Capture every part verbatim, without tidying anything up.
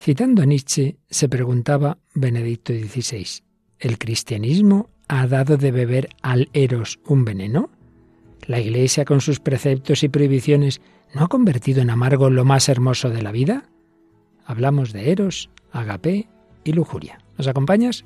Citando a Nietzsche, se preguntaba Benedicto dieciséis, ¿el cristianismo ha dado de beber al Eros un veneno? ¿La Iglesia, con sus preceptos y prohibiciones, no ha convertido en amargo lo más hermoso de la vida? Hablamos de Eros, Agapé y lujuria. ¿Nos acompañas?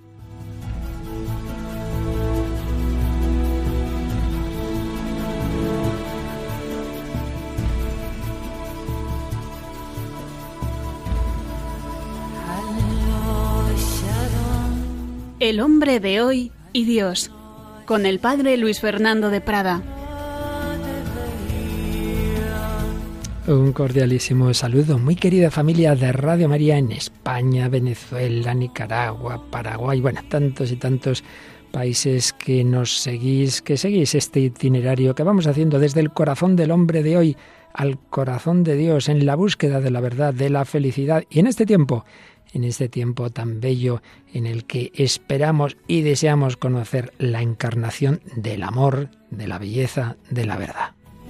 El hombre de hoy y Dios, con el padre Luis Fernando de Prada. Un cordialísimo saludo, muy querida familia de Radio María en España, Venezuela, Nicaragua, Paraguay, bueno, tantos y tantos países que nos seguís, que seguís este itinerario que vamos haciendo desde el corazón del hombre de hoy al corazón de Dios, en la búsqueda de la verdad, de la felicidad, y en este tiempo, en este tiempo tan bello en el que esperamos y deseamos conocer la encarnación del amor, de la belleza, de la verdad.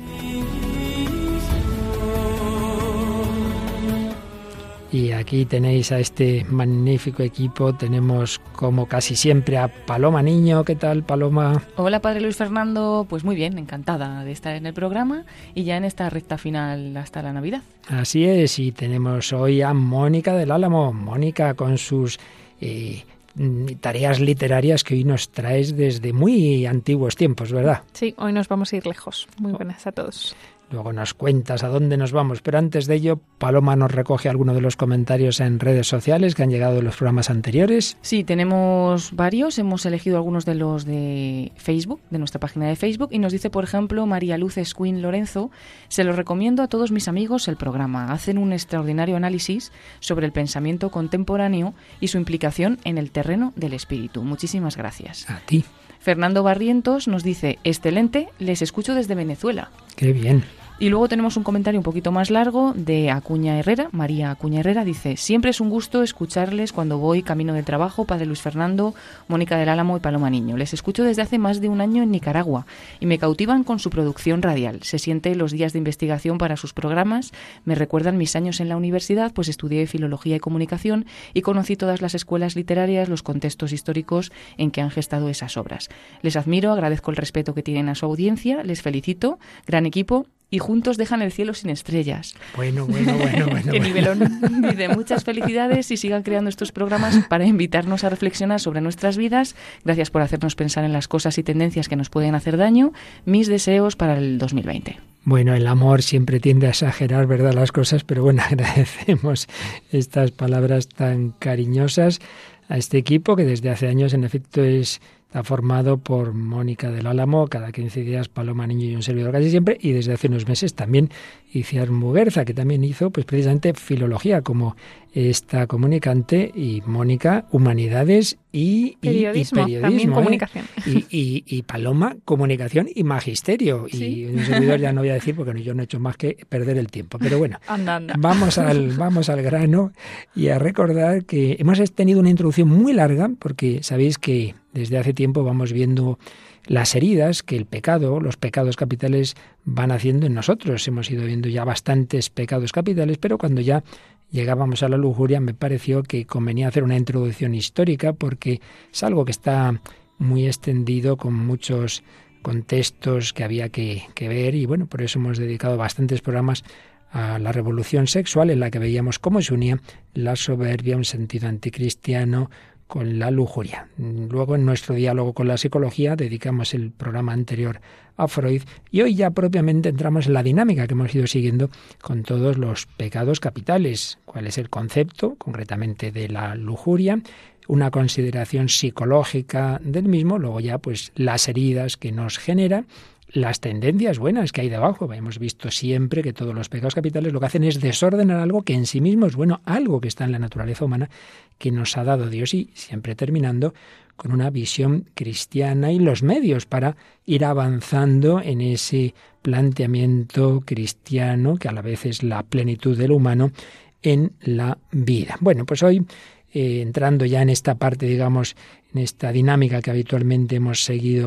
Y aquí tenéis a este magnífico equipo. Tenemos, como casi siempre, a Paloma Niño. ¿Qué tal, Paloma? Hola, padre Luis Fernando. Pues muy bien, encantada de estar en el programa y ya en esta recta final hasta la Navidad. Así es, y tenemos hoy a Mónica del Álamo. Mónica, con sus eh, tareas literarias que hoy nos traes desde muy antiguos tiempos, ¿verdad? Sí, hoy nos vamos a ir lejos. Muy buenas a todos. Luego nos cuentas a dónde nos vamos, pero antes de ello, Paloma nos recoge algunos de los comentarios en redes sociales que han llegado en los programas anteriores. Sí, tenemos varios, hemos elegido algunos de los de Facebook, de nuestra página de Facebook, y nos dice, por ejemplo, María Luz Escuín Lorenzo: se lo recomiendo a todos mis amigos el programa, hacen un extraordinario análisis sobre el pensamiento contemporáneo y su implicación en el terreno del espíritu. Muchísimas gracias. A ti. Fernando Barrientos nos dice: excelente, les escucho desde Venezuela. ¡Qué bien! Y luego tenemos un comentario un poquito más largo de Acuña Herrera. María Acuña Herrera dice: siempre es un gusto escucharles cuando voy camino de trabajo, padre Luis Fernando, Mónica del Álamo y Paloma Niño. Les escucho desde hace más de un año en Nicaragua y me cautivan con su producción radial. Se siente los días de investigación para sus programas. Me recuerdan mis años en la universidad, pues estudié filología y comunicación y conocí todas las escuelas literarias, los contextos históricos en que han gestado esas obras. Les admiro, agradezco el respeto que tienen a su audiencia, les felicito, gran equipo. Y juntos dejan el cielo sin estrellas. Bueno, bueno, bueno, bueno. Qué bueno. nivelón. Dice: muchas felicidades y sigan creando estos programas para invitarnos a reflexionar sobre nuestras vidas. Gracias por hacernos pensar en las cosas y tendencias que nos pueden hacer daño. Mis deseos para el dos mil veinte. Bueno, el amor siempre tiende a exagerar, ¿verdad?, las cosas, pero bueno, agradecemos estas palabras tan cariñosas a este equipo que desde hace años, en efecto, es... Está formado por Mónica del Álamo, cada quince días Paloma Niño y un servidor casi siempre, y desde hace unos meses también Iciar Muguerza, que también hizo pues precisamente filología como esta comunicante, y Mónica, humanidades y periodismo, y, y periodismo también ¿eh? comunicación. Y, y, y Paloma, comunicación y magisterio. ¿Sí? Y un servidor ya no voy a decir porque yo no he hecho más que perder el tiempo. Pero bueno, anda, anda. Vamos, al, vamos al grano y a recordar que hemos tenido una introducción muy larga, porque sabéis que desde hace tiempo vamos viendo las heridas que el pecado, los pecados capitales van haciendo en nosotros. Hemos ido viendo ya bastantes pecados capitales, pero cuando ya llegábamos a la lujuria me pareció que convenía hacer una introducción histórica, porque es algo que está muy extendido, con muchos contextos que había que, que ver, y bueno, por eso hemos dedicado bastantes programas a la revolución sexual, en la que veíamos cómo se unía la soberbia, un sentido anticristiano, con la lujuria. Luego, en nuestro diálogo con la psicología, dedicamos el programa anterior a Freud, y hoy ya propiamente entramos en la dinámica que hemos ido siguiendo con todos los pecados capitales. ¿Cuál es el concepto, concretamente, de la lujuria? Una consideración psicológica del mismo, luego ya pues las heridas que nos genera, las tendencias buenas que hay debajo. Hemos visto siempre que todos los pecados capitales lo que hacen es desordenar algo que en sí mismo es bueno, algo que está en la naturaleza humana que nos ha dado Dios, y siempre terminando con una visión cristiana y los medios para ir avanzando en ese planteamiento cristiano que a la vez es la plenitud del humano en la vida. Bueno, pues hoy, eh, entrando ya en esta parte, digamos, en esta dinámica que habitualmente hemos seguido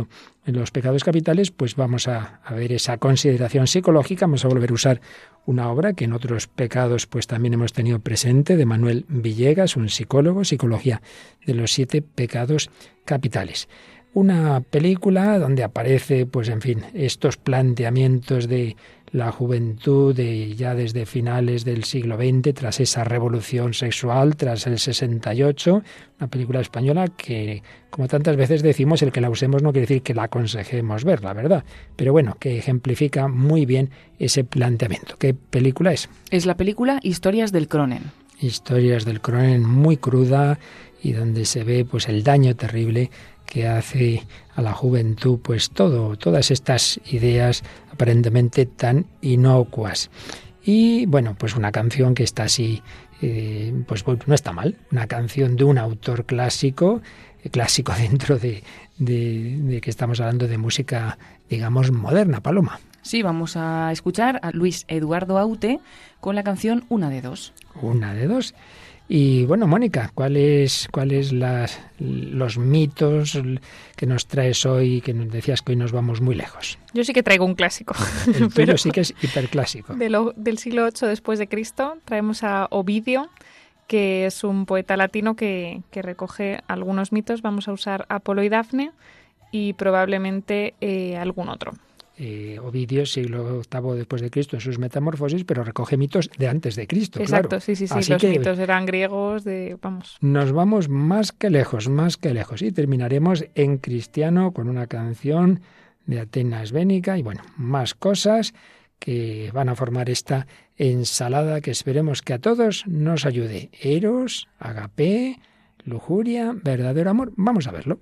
en los pecados capitales, pues vamos a, a ver esa consideración psicológica. Vamos a volver a usar una obra que en otros pecados pues también hemos tenido presente, de Manuel Villegas, un psicólogo, Psicología de los siete pecados capitales. Una película donde aparece, pues en fin, estos planteamientos de la juventud de ya desde finales del siglo veinte, tras esa revolución sexual, tras el sesenta y ocho, una película española que, como tantas veces decimos, el que la usemos no quiere decir que la aconsejemos ver, la verdad, pero bueno, que ejemplifica muy bien ese planteamiento. ¿Qué película es? Es la película Historias del Cronen. Historias del Cronen, muy cruda y donde se ve pues el daño terrible que hace a la juventud pues todo, todas estas ideas aparentemente tan inocuas. Y bueno, pues una canción que está así, eh, pues no está mal, una canción de un autor clásico, eh, clásico dentro de, de, de que estamos hablando de música, digamos, moderna, Paloma. Sí, vamos a escuchar a Luis Eduardo Aute con la canción Una de dos. Una de dos. Y bueno, Mónica, ¿cuáles cuáles las los mitos que nos traes hoy, que nos decías que hoy nos vamos muy lejos? Yo sí que traigo un clásico. El tuyo sí que es hiperclásico. De lo, del siglo ocho después de Cristo traemos a Ovidio, que es un poeta latino que, que recoge algunos mitos. Vamos a usar Apolo y Dafne y probablemente eh, algún otro. Eh, Ovidio, siglo octavo después de Cristo, en sus Metamorfosis, pero recoge mitos de antes de Cristo. Exacto, claro. sí, sí, sí. Así los que mitos eran griegos, de vamos. Nos vamos más que lejos, más que lejos. Y terminaremos en cristiano con una canción de Atenas Bénica y bueno, más cosas que van a formar esta ensalada que esperemos que a todos nos ayude. Eros, agape, lujuria, verdadero amor. Vamos a verlo.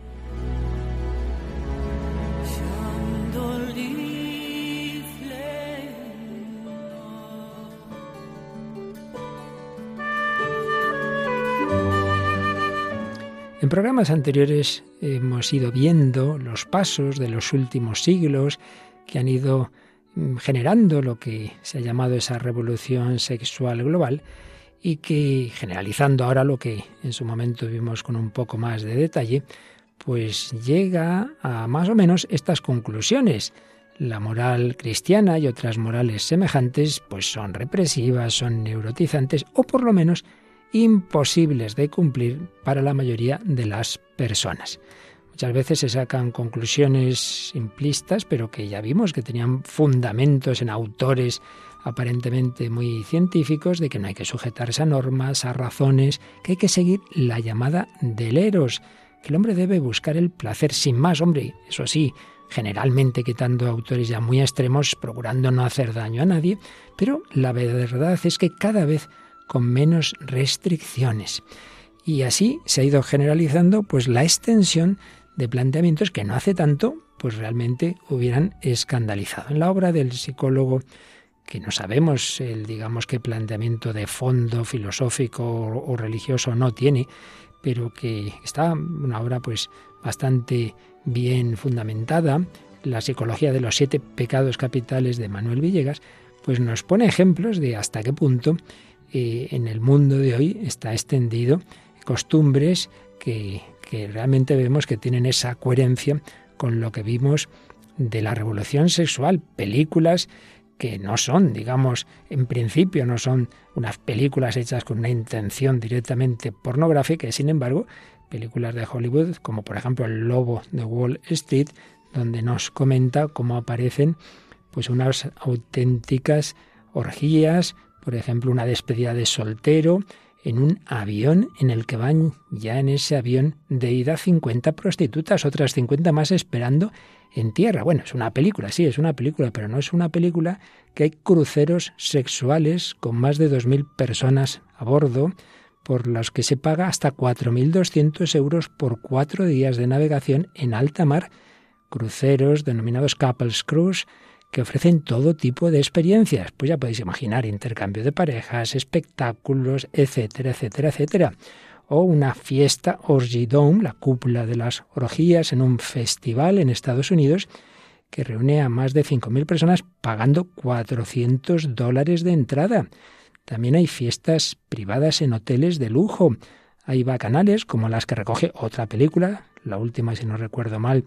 En programas anteriores hemos ido viendo los pasos de los últimos siglos que han ido generando lo que se ha llamado esa revolución sexual global y que, generalizando ahora lo que en su momento vimos con un poco más de detalle, pues llega a más o menos estas conclusiones. La moral cristiana y otras morales semejantes pues son represivas, son neurotizantes o por lo menos imposibles de cumplir para la mayoría de las personas. Muchas veces se sacan conclusiones simplistas, pero que ya vimos que tenían fundamentos en autores aparentemente muy científicos, de que no hay que sujetarse a normas, a razones, que hay que seguir la llamada del eros, que el hombre debe buscar el placer sin más, hombre, eso sí, generalmente quitando autores ya muy extremos, procurando no hacer daño a nadie, pero la verdad es que cada vez con menos restricciones. Y así se ha ido generalizando pues la extensión de planteamientos que no hace tanto pues realmente hubieran escandalizado. En la obra del psicólogo, que no sabemos el digamos qué planteamiento de fondo filosófico o, o religioso no tiene, pero que está una obra pues bastante bien fundamentada, La psicología de los siete pecados capitales de Manuel Villegas, pues nos pone ejemplos de hasta qué punto eh, en el mundo de hoy está extendido costumbres que, que realmente vemos que tienen esa coherencia con lo que vimos de la revolución sexual. Películas que no son, digamos, en principio no son unas películas hechas con una intención directamente pornográfica, y sin embargo, películas de Hollywood, como por ejemplo El Lobo de Wall Street, donde nos comenta cómo aparecen pues unas auténticas orgías, por ejemplo, una despedida de soltero en un avión en el que van ya en ese avión de ida cincuenta prostitutas, otras cincuenta más esperando en tierra. Bueno, es una película, sí, es una película, pero no es una película que hay cruceros sexuales con más de dos mil personas a bordo, por los que se paga hasta cuatro mil doscientos euros por cuatro días de navegación en alta mar. Cruceros denominados Couples Cruise, que ofrecen todo tipo de experiencias. Pues ya podéis imaginar, intercambio de parejas, espectáculos, etcétera, etcétera, etcétera. O una fiesta Orgy Dome, la cúpula de las orgías, en un festival en Estados Unidos que reúne a más de cinco mil personas pagando cuatrocientos dólares de entrada. También hay fiestas privadas en hoteles de lujo. Hay bacanales como las que recoge otra película, la última, si no recuerdo mal,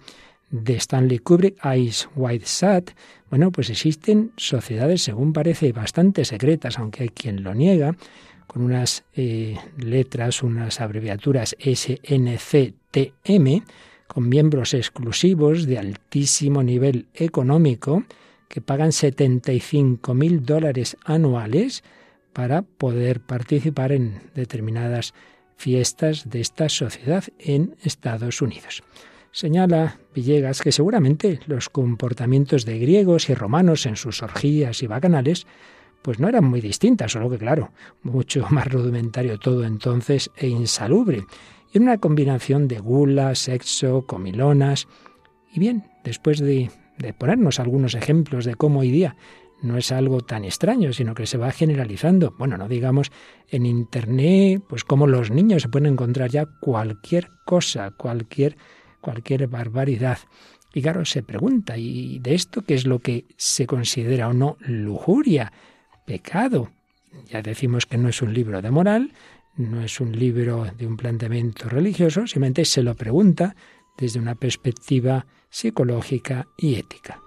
de Stanley Kubrick, Eyes Wide Shut. Bueno, pues existen sociedades, según parece, bastante secretas, aunque hay quien lo niega, con unas eh, letras, unas abreviaturas S N C T M, con miembros exclusivos de altísimo nivel económico que pagan setenta y cinco mil dólares anuales para poder participar en determinadas fiestas de esta sociedad en Estados Unidos. Señala Villegas que seguramente los comportamientos de griegos y romanos en sus orgías y bacanales pues no eran muy distintas, solo que claro, mucho más rudimentario todo entonces e insalubre. Y en una combinación de gula, sexo, comilonas. Y bien, después de, de ponernos algunos ejemplos de cómo hoy día no es algo tan extraño, sino que se va generalizando. Bueno, no digamos en Internet, pues como los niños se pueden encontrar ya cualquier cosa, cualquier, cualquier barbaridad. Y claro, se pregunta, ¿y de esto qué es lo que se considera o no lujuria, pecado? Ya decimos que no es un libro de moral, no es un libro de un planteamiento religioso, simplemente se lo pregunta desde una perspectiva psicológica y ética.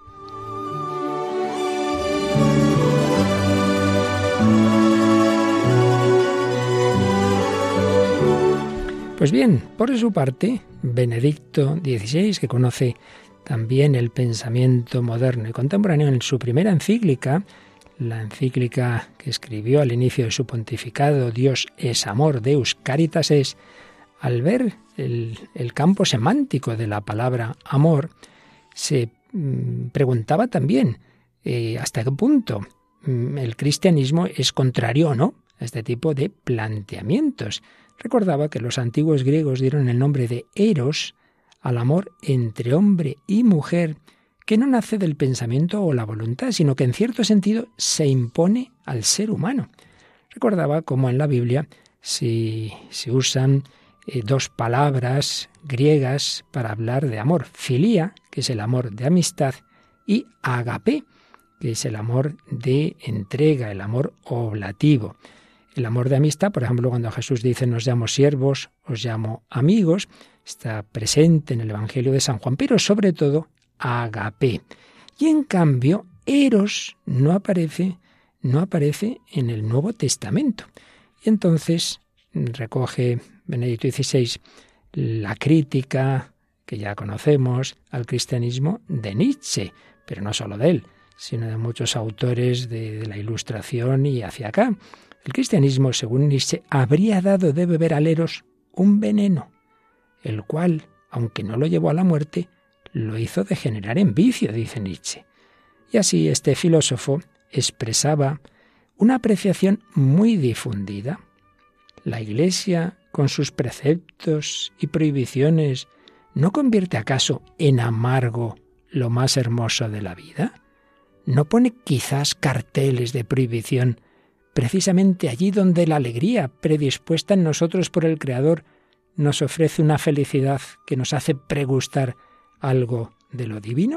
Pues bien, por su parte, Benedicto dieciséis, que conoce también el pensamiento moderno y contemporáneo, en su primera encíclica, la encíclica que escribió al inicio de su pontificado, Dios es amor, Deus Caritas es, al ver el, el campo semántico de la palabra amor, se mm, preguntaba también eh, hasta qué punto mm, el cristianismo es contrario o no a este tipo de planteamientos. Recordaba que los antiguos griegos dieron el nombre de eros al amor entre hombre y mujer, que no nace del pensamiento o la voluntad, sino que en cierto sentido se impone al ser humano. Recordaba cómo en la Biblia se, se usan eh, dos palabras griegas para hablar de amor: filía, que es el amor de amistad, y agape, que es el amor de entrega, el amor oblativo. El amor de amistad, por ejemplo, cuando Jesús dice nos llamo siervos, os llamo amigos, está presente en el Evangelio de San Juan, pero sobre todo agape. Y en cambio, eros no aparece, no aparece en el Nuevo Testamento. Y entonces recoge Benedicto dieciséis la crítica que ya conocemos al cristianismo de Nietzsche, pero no solo de él, sino de muchos autores de, de la Ilustración y hacia acá. El cristianismo, según Nietzsche, habría dado de beber al eros un veneno, el cual, aunque no lo llevó a la muerte, lo hizo degenerar en vicio, dice Nietzsche. Y así este filósofo expresaba una apreciación muy difundida. ¿La Iglesia, con sus preceptos y prohibiciones, no convierte acaso en amargo lo más hermoso de la vida? ¿No pone quizás carteles de prohibición precisamente allí donde la alegría predispuesta en nosotros por el Creador nos ofrece una felicidad que nos hace pregustar algo de lo divino?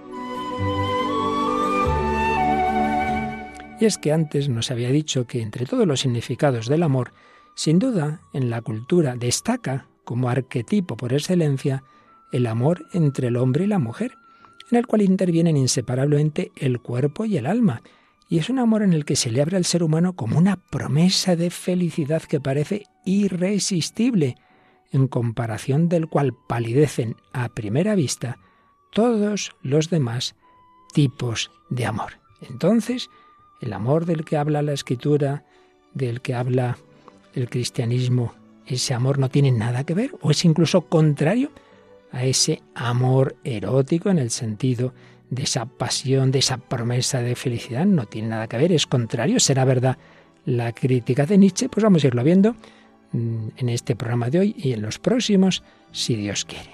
Y es que antes nos había dicho que entre todos los significados del amor, sin duda en la cultura destaca como arquetipo por excelencia el amor entre el hombre y la mujer, en el cual intervienen inseparablemente el cuerpo y el alma, y es un amor en el que se le abre al ser humano como una promesa de felicidad que parece irresistible, en comparación del cual palidecen a primera vista todos los demás tipos de amor. Entonces, el amor del que habla la Escritura, del que habla el cristianismo, ¿ese amor no tiene nada que ver o es incluso contrario a ese amor erótico en el sentido de esa pasión, de esa promesa de felicidad? No tiene nada que ver, es contrario. ¿Será verdad la crítica de Nietzsche? Pues vamos a irlo viendo en este programa de hoy y en los próximos, si Dios quiere.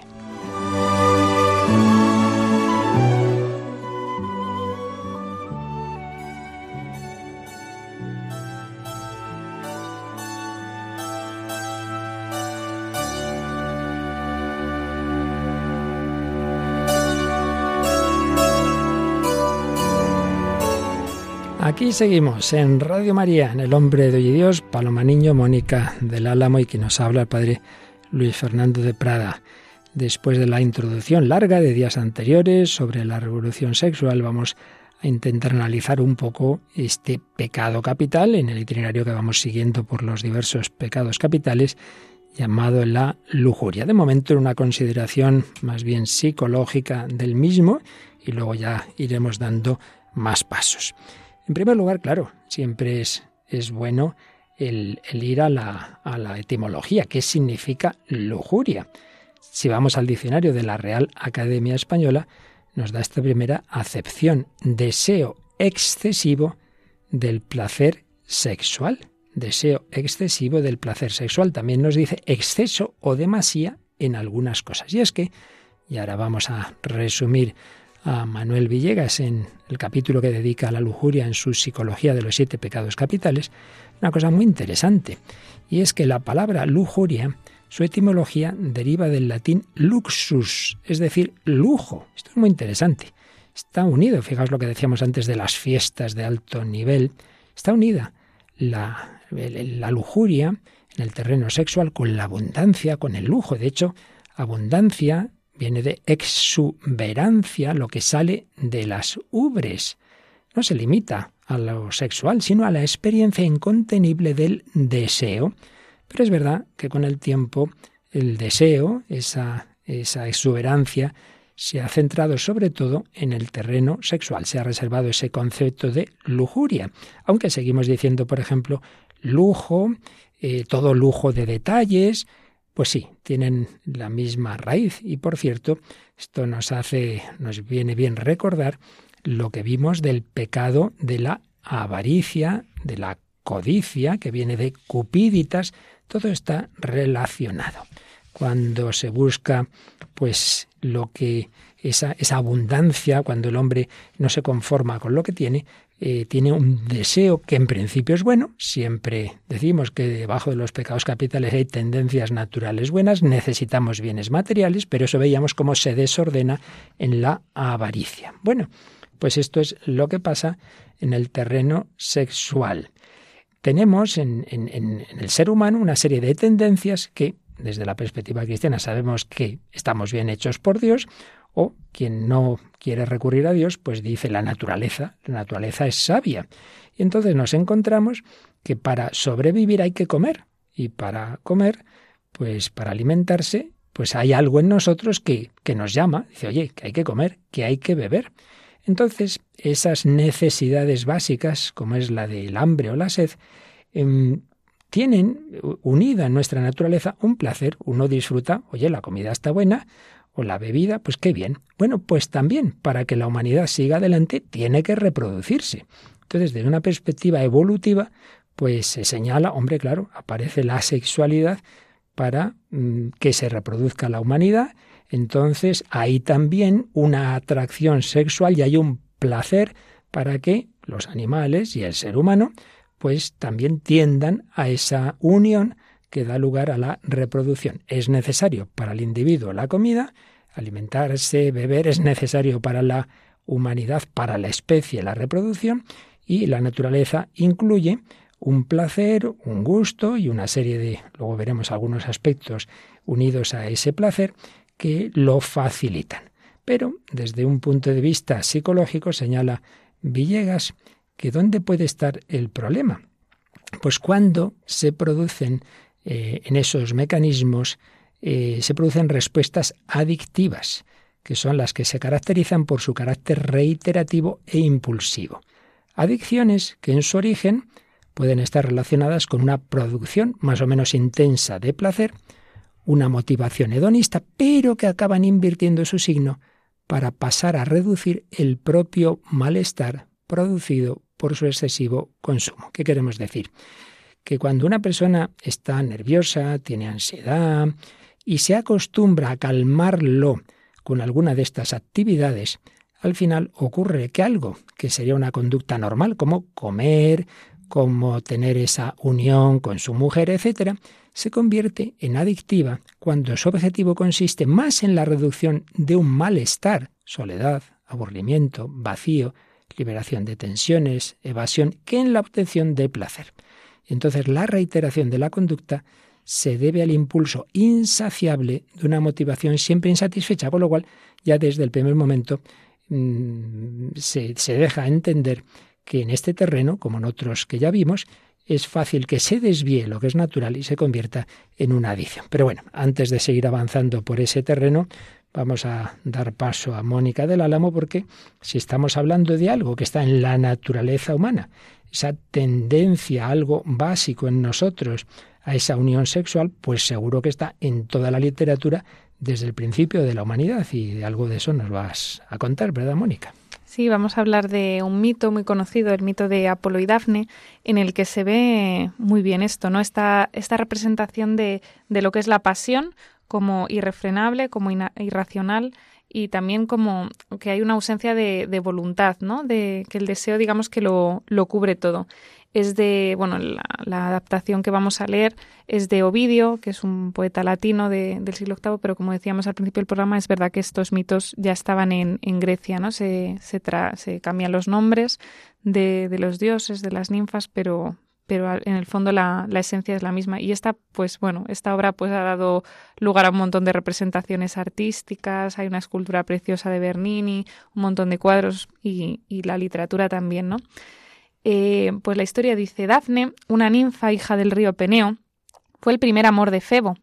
Aquí seguimos en Radio María, en El Hombre de Hoy y Dios, Paloma Niño, Mónica del Álamo y quien nos habla el Padre Luis Fernando de Prada. Después de la introducción larga de días anteriores sobre la revolución sexual, vamos a intentar analizar un poco este pecado capital en el itinerario que vamos siguiendo por los diversos pecados capitales, llamado la lujuria. De momento, una consideración más bien psicológica del mismo, y luego ya iremos dando más pasos. En primer lugar, claro, siempre es, es bueno el, el ir a la, a la etimología. ¿Qué significa lujuria? Si vamos al diccionario de la Real Academia Española, nos da esta primera acepción: deseo excesivo del placer sexual. Deseo excesivo del placer sexual. También nos dice exceso o demasía en algunas cosas. Y es que, y ahora vamos a resumir a Manuel Villegas en el capítulo que dedica a la lujuria en su Psicología de los siete pecados capitales, una cosa muy interesante. Y es que la palabra lujuria, su etimología deriva del latín luxus, es decir, lujo. Esto es muy interesante. Está unido, fijaos lo que decíamos antes de las fiestas de alto nivel, está unida la, la lujuria en el terreno sexual con la abundancia, con el lujo. De hecho, abundancia viene de exuberancia, lo que sale de las ubres. No se limita a lo sexual, sino a la experiencia incontenible del deseo. Pero es verdad que con el tiempo el deseo, esa, esa exuberancia, se ha centrado sobre todo en el terreno sexual. Se ha reservado ese concepto de lujuria. Aunque seguimos diciendo, por ejemplo, lujo, eh, todo lujo de detalles, pues sí, tienen la misma raíz. Y por cierto, esto nos hace, nos viene bien recordar lo que vimos del pecado de la avaricia, de la codicia, que viene de cupiditas. Todo está relacionado. Cuando se busca, pues, lo que esa, esa abundancia, cuando el hombre no se conforma con lo que tiene, eh, tiene un deseo que en principio es bueno. Siempre decimos que debajo de los pecados capitales hay tendencias naturales buenas, necesitamos bienes materiales, pero eso veíamos cómo se desordena en la avaricia. Bueno, pues esto es lo que pasa en el terreno sexual. Tenemos en, en, en el ser humano una serie de tendencias que, desde la perspectiva cristiana, sabemos que estamos bien hechos por Dios, o quien no quiere recurrir a Dios, pues dice la naturaleza, la naturaleza es sabia. Y entonces nos encontramos que para sobrevivir hay que comer, y para comer, pues para alimentarse, pues hay algo en nosotros que, que nos llama, dice, oye, que hay que comer, que hay que beber. Entonces, esas necesidades básicas, como es la del hambre o la sed, eh, tienen unida en nuestra naturaleza un placer. Uno disfruta, oye, la comida está buena, o la bebida, pues qué bien. Bueno, pues también, para que la humanidad siga adelante, tiene que reproducirse. Entonces, desde una perspectiva evolutiva, pues se señala, hombre, claro, aparece la sexualidad para mm, que se reproduzca la humanidad. Entonces hay también una atracción sexual y hay un placer para que los animales y el ser humano pues también tiendan a esa unión que da lugar a la reproducción. Es necesario para el individuo la comida, alimentarse, beber, es necesario para la humanidad, para la especie, la reproducción, y la naturaleza incluye un placer, un gusto y una serie de, luego veremos algunos aspectos unidos a ese placer, que lo facilitan. Pero desde un punto de vista psicológico señala Villegas que ¿dónde puede estar el problema? Pues cuando se producen eh, en esos mecanismos, eh, se producen respuestas adictivas, que son las que se caracterizan por su carácter reiterativo e impulsivo. Adicciones que en su origen pueden estar relacionadas con una producción más o menos intensa de placer, una motivación hedonista, pero que acaban invirtiendo su signo para pasar a reducir el propio malestar producido por su excesivo consumo. ¿Qué queremos decir? Que cuando una persona está nerviosa, tiene ansiedad y se acostumbra a calmarlo con alguna de estas actividades, al final ocurre que algo que sería una conducta normal, como comer, como tener esa unión con su mujer, etcétera, se convierte en adictiva cuando su objetivo consiste más en la reducción de un malestar, soledad, aburrimiento, vacío, liberación de tensiones, evasión, que en la obtención de placer. Entonces la reiteración de la conducta se debe al impulso insaciable de una motivación siempre insatisfecha, con lo cual ya desde el primer momento mmm, se, se deja entender que en este terreno, como en otros que ya vimos, es fácil que se desvíe lo que es natural y se convierta en una adicción. Pero bueno, antes de seguir avanzando por ese terreno, vamos a dar paso a Mónica del Álamo, porque si estamos hablando de algo que está en la naturaleza humana, esa tendencia a algo básico en nosotros, a esa unión sexual, pues seguro que está en toda la literatura desde el principio de la humanidad, y de algo de eso nos vas a contar, ¿verdad, Mónica? Sí, vamos a hablar de un mito muy conocido, el mito de Apolo y Dafne, en el que se ve muy bien esto, ¿no? Esta, esta representación de, de lo que es la pasión como irrefrenable, como ina- irracional, y también como que hay una ausencia de, de voluntad, ¿no? De que el deseo, digamos, que lo, lo cubre todo. Es de, bueno, la, la adaptación que vamos a leer es de Ovidio, que es un poeta latino de, del siglo octavo, pero como decíamos al principio del programa, es verdad que estos mitos ya estaban en, en Grecia, ¿no? Se, se, tra, se cambian los nombres de, de los dioses, de las ninfas, pero, pero en el fondo la, la esencia es la misma. Y esta, pues bueno, esta obra pues ha dado lugar a un montón de representaciones artísticas, hay una escultura preciosa de Bernini, un montón de cuadros y, y la literatura también, ¿no? Eh, pues la historia dice: Dafne, una ninfa hija del río Peneo, fue el primer amor de Febo.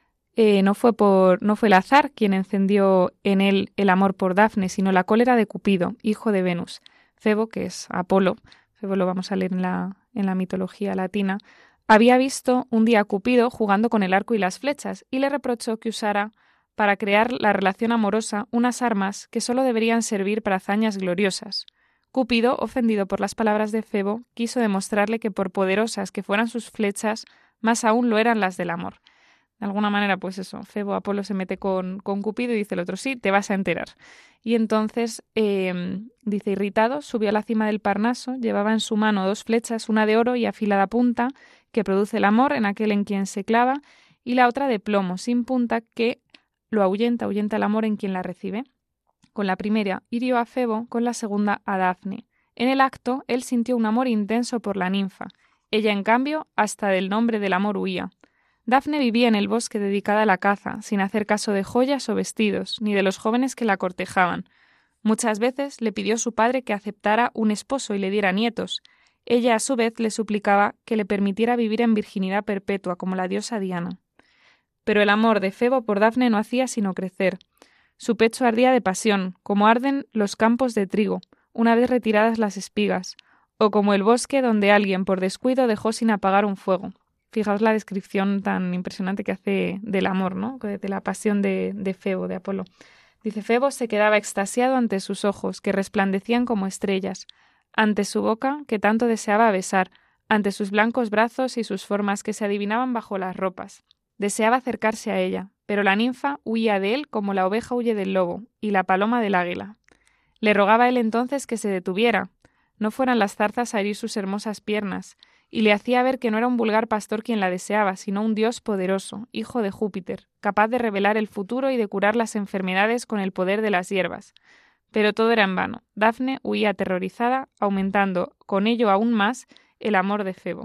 Eh, no fue por, no fue el azar quien encendió en él el amor por Dafne, sino la cólera de Cupido, hijo de Venus. Febo, que es Apolo, Febo lo vamos a leer en la, en la mitología latina, había visto un día a Cupido jugando con el arco y las flechas y le reprochó que usara para crear la relación amorosa unas armas que solo deberían servir para hazañas gloriosas. Cúpido, ofendido por las palabras de Febo, quiso demostrarle que por poderosas que fueran sus flechas, más aún lo eran las del amor. De alguna manera, pues eso, Febo, Apolo se mete con, con Cupido y dice el otro: sí, te vas a enterar. Y entonces, eh, dice, irritado, subió a la cima del Parnaso, llevaba en su mano dos flechas, una de oro y afilada punta, que produce el amor en aquel en quien se clava, y la otra de plomo, sin punta, que lo ahuyenta, ahuyenta el amor en quien la recibe. Con la primera hirió a Febo, con la segunda a Dafne. En el acto, él sintió un amor intenso por la ninfa. Ella, en cambio, hasta del nombre del amor huía. Dafne vivía en el bosque dedicada a la caza, sin hacer caso de joyas o vestidos, ni de los jóvenes que la cortejaban. Muchas veces le pidió a su padre que aceptara un esposo y le diera nietos. Ella, a su vez, le suplicaba que le permitiera vivir en virginidad perpetua, como la diosa Diana. Pero el amor de Febo por Dafne no hacía sino crecer. Su pecho ardía de pasión, como arden los campos de trigo, una vez retiradas las espigas, o como el bosque donde alguien por descuido dejó sin apagar un fuego. Fijaos la descripción tan impresionante que hace del amor, ¿no? De la pasión de, de Febo, de Apolo. Dice: Febo se quedaba extasiado ante sus ojos, que resplandecían como estrellas, ante su boca, que tanto deseaba besar, ante sus blancos brazos y sus formas que se adivinaban bajo las ropas. Deseaba acercarse a ella, pero la ninfa huía de él como la oveja huye del lobo y la paloma del águila. Le rogaba él entonces que se detuviera, no fueran las zarzas a herir sus hermosas piernas, y le hacía ver que no era un vulgar pastor quien la deseaba, sino un dios poderoso, hijo de Júpiter, capaz de revelar el futuro y de curar las enfermedades con el poder de las hierbas. Pero todo era en vano. Dafne huía aterrorizada, aumentando con ello aún más el amor de Febo.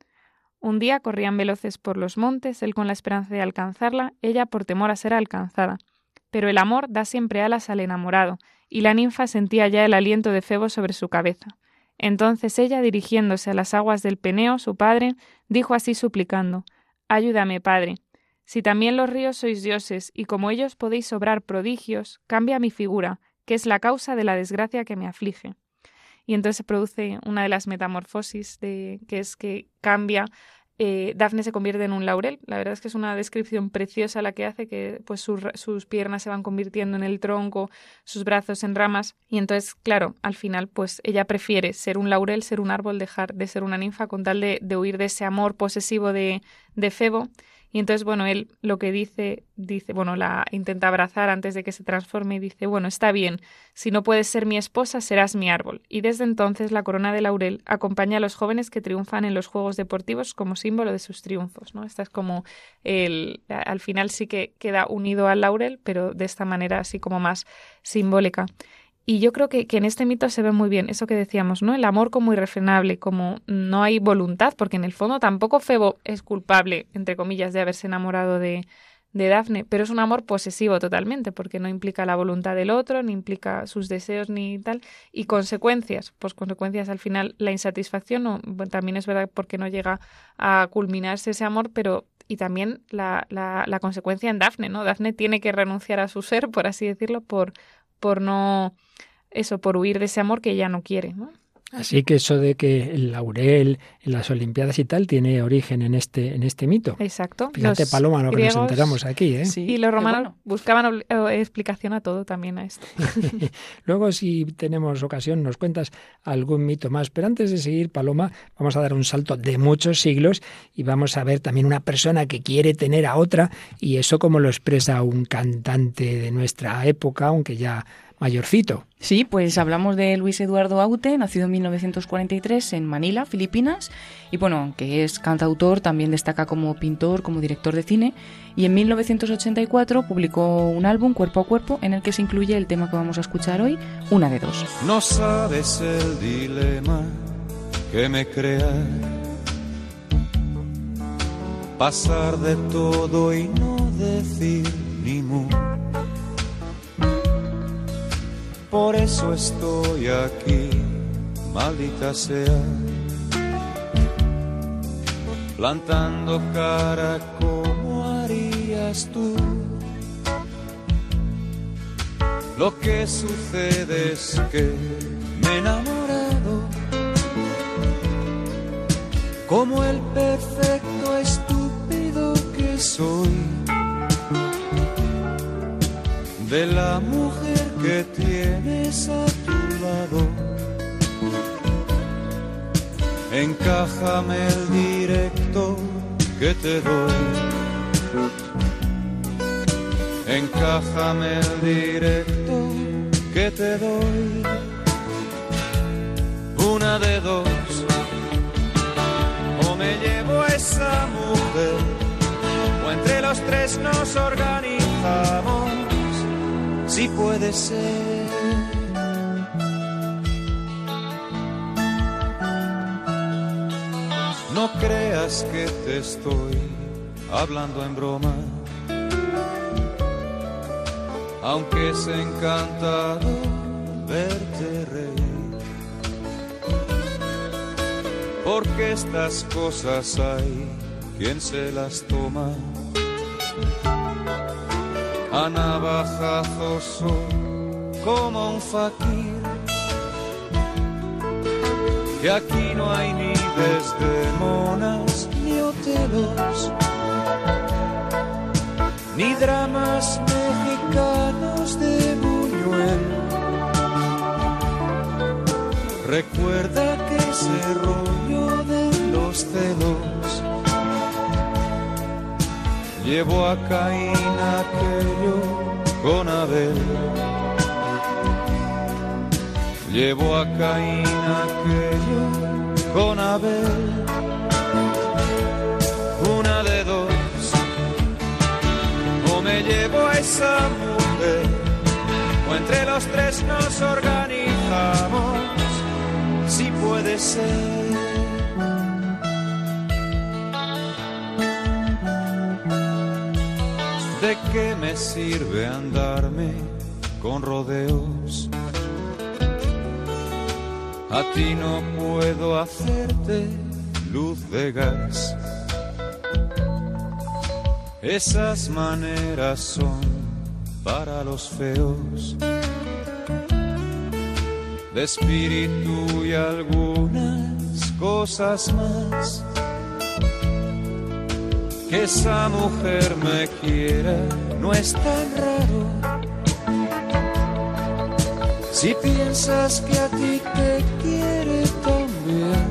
Un día corrían veloces por los montes, él con la esperanza de alcanzarla, ella por temor a ser alcanzada. Pero el amor da siempre alas al enamorado, y la ninfa sentía ya el aliento de Febo sobre su cabeza. Entonces ella, dirigiéndose a las aguas del Peneo, su padre, dijo así suplicando: «Ayúdame, padre. Si también los ríos sois dioses, y como ellos podéis obrar prodigios, cambia mi figura, que es la causa de la desgracia que me aflige». Y entonces se produce una de las metamorfosis, de, que es que cambia, eh, Dafne se convierte en un laurel. La verdad es que es una descripción preciosa la que hace, que pues sus, sus piernas se van convirtiendo en el tronco, sus brazos en ramas. Y entonces, claro, al final pues ella prefiere ser un laurel, ser un árbol, dejar de ser una ninfa, con tal de, de huir de ese amor posesivo de, de Febo. Y entonces, bueno, él lo que dice, dice, bueno, la intenta abrazar antes de que se transforme y dice: bueno, está bien, si no puedes ser mi esposa, serás mi árbol. Y desde entonces la corona de laurel acompaña a los jóvenes que triunfan en los juegos deportivos como símbolo de sus triunfos, ¿no? Esta es como, el, al final sí que queda unido al laurel, pero de esta manera así como más simbólica. Y yo creo que, que en este mito se ve muy bien eso que decíamos, ¿no? El amor como irrefrenable, como no hay voluntad, porque en el fondo tampoco Febo es culpable, entre comillas, de haberse enamorado de, de Dafne, pero es un amor posesivo totalmente, porque no implica la voluntad del otro, ni implica sus deseos ni tal. Y consecuencias, pues consecuencias al final, la insatisfacción, no, bueno, también es verdad porque no llega a culminarse ese amor, pero... Y también la, la, la consecuencia en Dafne, ¿no? Dafne tiene que renunciar a su ser, por así decirlo, por, por no... Eso, por huir de ese amor que ella no quiere, ¿no? Así que eso de que el laurel en las Olimpiadas y tal tiene origen en este en este mito. Exacto. Fíjate, los Paloma, lo griegos, que nos enteramos aquí, ¿eh? Sí, y los romanos bueno. buscaban explicación a todo también a esto. Luego, si tenemos ocasión, nos cuentas algún mito más. Pero antes de seguir, Paloma, vamos a dar un salto de muchos siglos y vamos a ver también una persona que quiere tener a otra, y eso como lo expresa un cantante de nuestra época, aunque ya mayorcito. Sí, pues hablamos de Luis Eduardo Aute, nacido en mil novecientos cuarenta y tres en Manila, Filipinas, y bueno, aunque es cantautor, también destaca como pintor, como director de cine, y en mil novecientos ochenta y cuatro publicó un álbum, Cuerpo a Cuerpo, en el que se incluye el tema que vamos a escuchar hoy, Una de dos. No sabes el dilema que me crea, pasar de todo y no decir ni mu. Por eso estoy aquí, maldita sea, plantando cara como harías tú. Lo que sucede es que me he enamorado, como el perfecto estúpido que soy, de la mujer que tienes a tu lado. Encájame el directo que te doy, encájame el directo que te doy. Una de dos, o me llevo a esa mujer, o entre los tres nos organizamos. Si puede ser. No creas que te estoy hablando en broma, aunque es encantado verte reír, porque estas cosas hay quien se las toma a navajazos son como un fakir, que aquí no hay ni desdemonas ni otelos, ni dramas mexicanos de Buñuel. Recuerda que ese rollo de los celos llevó a Caín aquello con Abel, llevó a Caín aquello con Abel. Una de dos, o me llevo a esa mujer, o entre los tres nos organizamos. Si puede ser. ¿De qué me sirve andarme con rodeos? A ti no puedo hacerte luz de gas. Esas maneras son para los feos, de espíritu y algunas cosas más. Que esa mujer me quiera no es tan raro, si piensas que a ti te quiere también.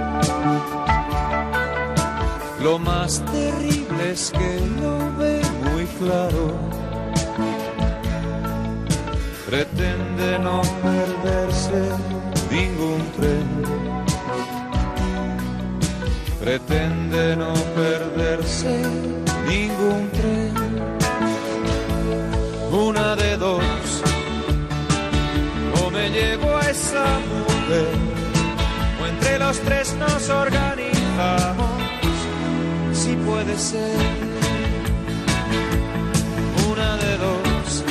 Lo más terrible es que lo ve muy claro, pretende no perderse ningún tren, pretende no perderse ningún tren. Una de dos, o los tres nos organizamos, si puede ser una de dos,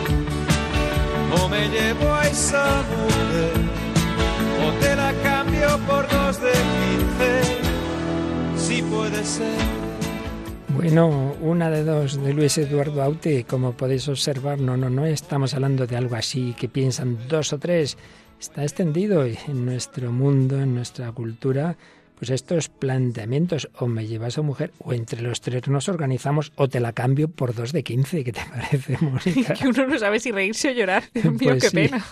o me llevo a esa mujer, o te la cambio por dos de quince, si puede ser. Bueno, una de dos de Luis Eduardo Aute, como podéis observar, no, no, no estamos hablando de algo así que piensan dos o tres. Está extendido en nuestro mundo, en nuestra cultura, pues estos planteamientos, o me llevas a mujer, o entre los tres nos organizamos, o te la cambio por dos de quince. ¿Qué te parece, Mónica? Que uno no sabe si reírse o llorar. Dios mío, Pues qué sí. pena.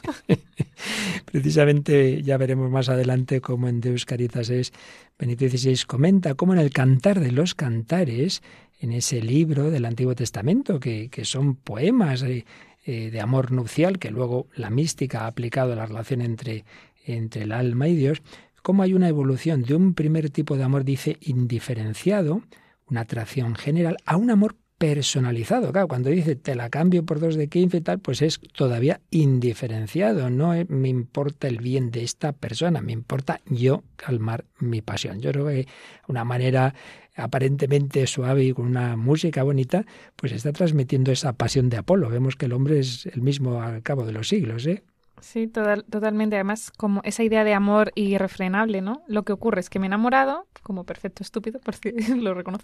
Precisamente ya veremos más adelante cómo en Deus Caritas es, Benedicto dieciséis comenta cómo en el Cantar de los Cantares, en ese libro del Antiguo Testamento, que, que son poemas eh, eh, de amor nupcial, que luego la mística ha aplicado a la relación entre, entre el alma y Dios, cómo hay una evolución de un primer tipo de amor, dice, indiferenciado, una atracción general, a un amor personalizado. Claro, cuando dice te la cambio por dos de quince y tal, pues es todavía indiferenciado. No eh, me importa el bien de esta persona, me importa yo calmar mi pasión. Yo creo que una manera aparentemente suave y con una música bonita, pues está transmitiendo esa pasión de Apolo. Vemos que el hombre es el mismo al cabo de los siglos, ¿eh? Sí, total, totalmente. Además, como esa idea de amor irrefrenable, ¿no? Lo que ocurre es que me he enamorado, como perfecto estúpido, porque lo reconoce.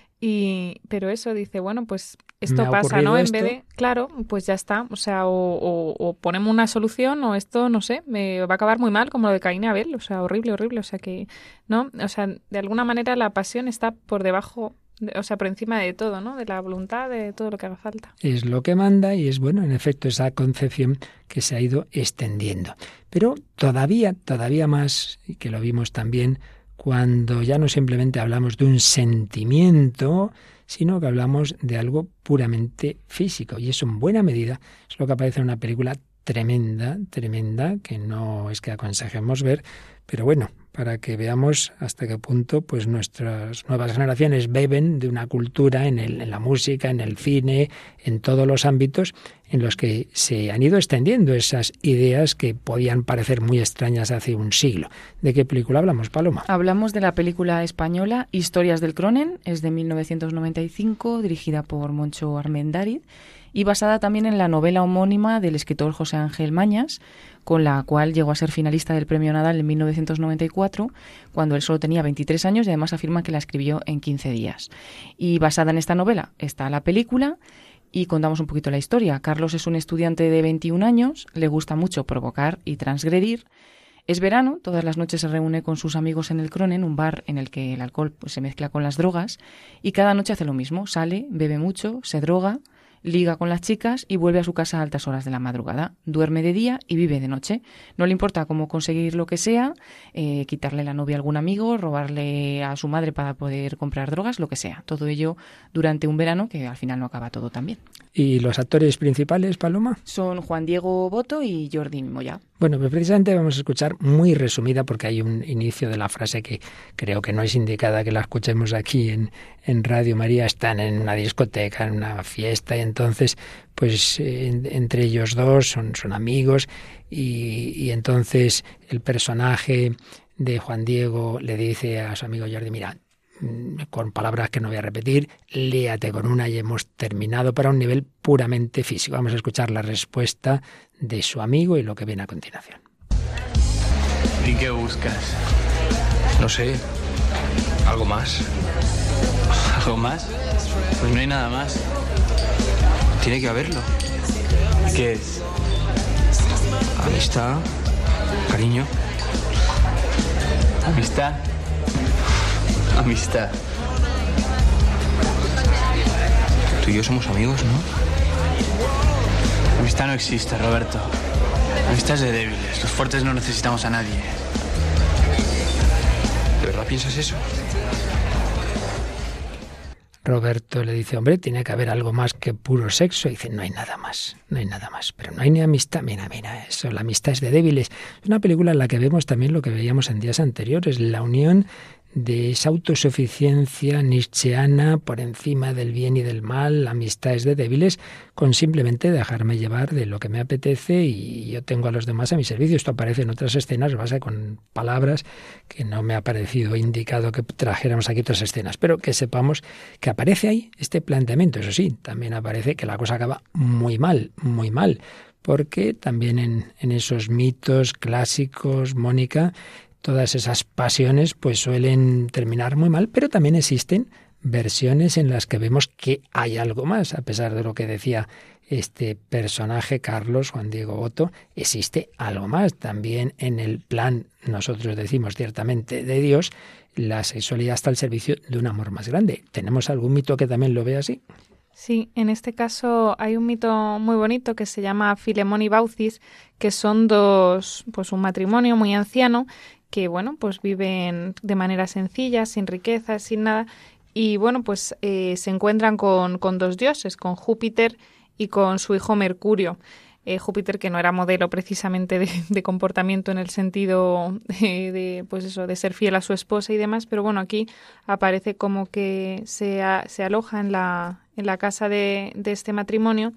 Y, pero eso dice, bueno, pues esto Me ha pasa, ¿no? ocurrido En esto. vez de, claro, pues ya está. O sea, o, o, o ponemos una solución, o esto, no sé, me va a acabar muy mal, como lo de Caín y Abel. O sea, horrible, horrible. O sea que, ¿no? O sea, de alguna manera la pasión está por debajo, de- o sea, por encima de todo, ¿no? De la voluntad, de todo lo que haga falta. Es lo que manda y es, bueno, en efecto, esa concepción que se ha ido extendiendo. Pero todavía, todavía más, y que lo vimos también cuando ya no simplemente hablamos de un sentimiento, sino que hablamos de algo puramente físico. Y eso en buena medida es lo que aparece en una película tremenda, tremenda, que no es que aconsejemos ver, pero bueno, para que veamos hasta qué punto pues nuestras nuevas generaciones beben de una cultura en, el, en la música, en el cine, en todos los ámbitos en los que se han ido extendiendo esas ideas que podían parecer muy extrañas hace un siglo. ¿De qué película hablamos, Paloma? Hablamos de la película española Historias del Cronen, es de mil novecientos noventa y cinco, dirigida por Moncho Armendáriz y basada también en la novela homónima del escritor José Ángel Mañas, con la cual llegó a ser finalista del Premio Nadal en mil novecientos noventa y cuatro, cuando él solo tenía veintitrés años y además afirma que la escribió en quince días. Y basada en esta novela está la película y contamos un poquito la historia. Carlos es un estudiante de veintiún años, le gusta mucho provocar y transgredir. Es verano, todas las noches se reúne con sus amigos en el Cronen, un bar en el que el alcohol pues, se mezcla con las drogas, y cada noche hace lo mismo, sale, bebe mucho, se droga, liga con las chicas y vuelve a su casa a altas horas de la madrugada. Duerme de día y vive de noche. No le importa cómo conseguir lo que sea, eh, quitarle la novia a algún amigo, robarle a su madre para poder comprar drogas, lo que sea. Todo ello durante un verano que al final no acaba todo tan bien. ¿Y los actores principales, Paloma? Son Juan Diego Boto y Jordi Moya. Bueno, pues precisamente vamos a escuchar muy resumida porque hay un inicio de la frase que creo que no es indicada que la escuchemos aquí en, en Radio María. Están en una discoteca, en una fiesta y entonces pues eh, en, entre ellos dos son, son amigos y, y entonces el personaje de Juan Diego le dice a su amigo Jordi, mira, con palabras que no voy a repetir, líate con una y hemos terminado, para un nivel puramente físico. Vamos a escuchar la respuesta de su amigo y lo que viene a continuación. ¿Y qué buscas? No sé, algo más. ¿Algo más? Pues no hay nada más. Tiene que haberlo. ¿Y qué es? Amistad, cariño. ¿Amistad? Amistad. Tú y yo somos amigos, ¿no? Amistad no existe, Roberto. Amistad es de débiles. Los fuertes no necesitamos a nadie. ¿De verdad piensas eso? Roberto le dice, hombre, tiene que haber algo más que puro sexo. Y dice, no hay nada más, no hay nada más. Pero no hay ni amistad. Mira, mira, eso, la amistad es de débiles. Es una película en la que vemos también lo que veíamos en días anteriores, la unión de esa autosuficiencia nietzscheana por encima del bien y del mal, la amistad es de débiles, con simplemente dejarme llevar de lo que me apetece y yo tengo a los demás a mi servicio. Esto aparece en otras escenas, basa con palabras que no me ha parecido indicado que trajéramos aquí otras escenas, pero que sepamos que aparece ahí este planteamiento. Eso sí, también aparece que la cosa acaba muy mal, muy mal, porque también en, en esos mitos clásicos, Mónica, todas esas pasiones pues suelen terminar muy mal, pero también existen versiones en las que vemos que hay algo más, a pesar de lo que decía este personaje, Carlos, Juan Diego Otto, existe algo más. También en el plan, nosotros decimos ciertamente, de Dios, la sexualidad está al servicio de un amor más grande. ¿Tenemos algún mito que también lo vea así? Sí, en este caso hay un mito muy bonito que se llama Filemón y Baucis, que son dos, pues un matrimonio muy anciano, que bueno, pues viven de manera sencilla, sin riqueza, sin nada, y bueno, pues eh, se encuentran con, con dos dioses, con Júpiter y con su hijo Mercurio. Eh, Júpiter, que no era modelo precisamente de, de comportamiento en el sentido de, de, pues eso, de ser fiel a su esposa y demás, pero bueno, aquí aparece como que se, a, se aloja en la, en la casa de, de este matrimonio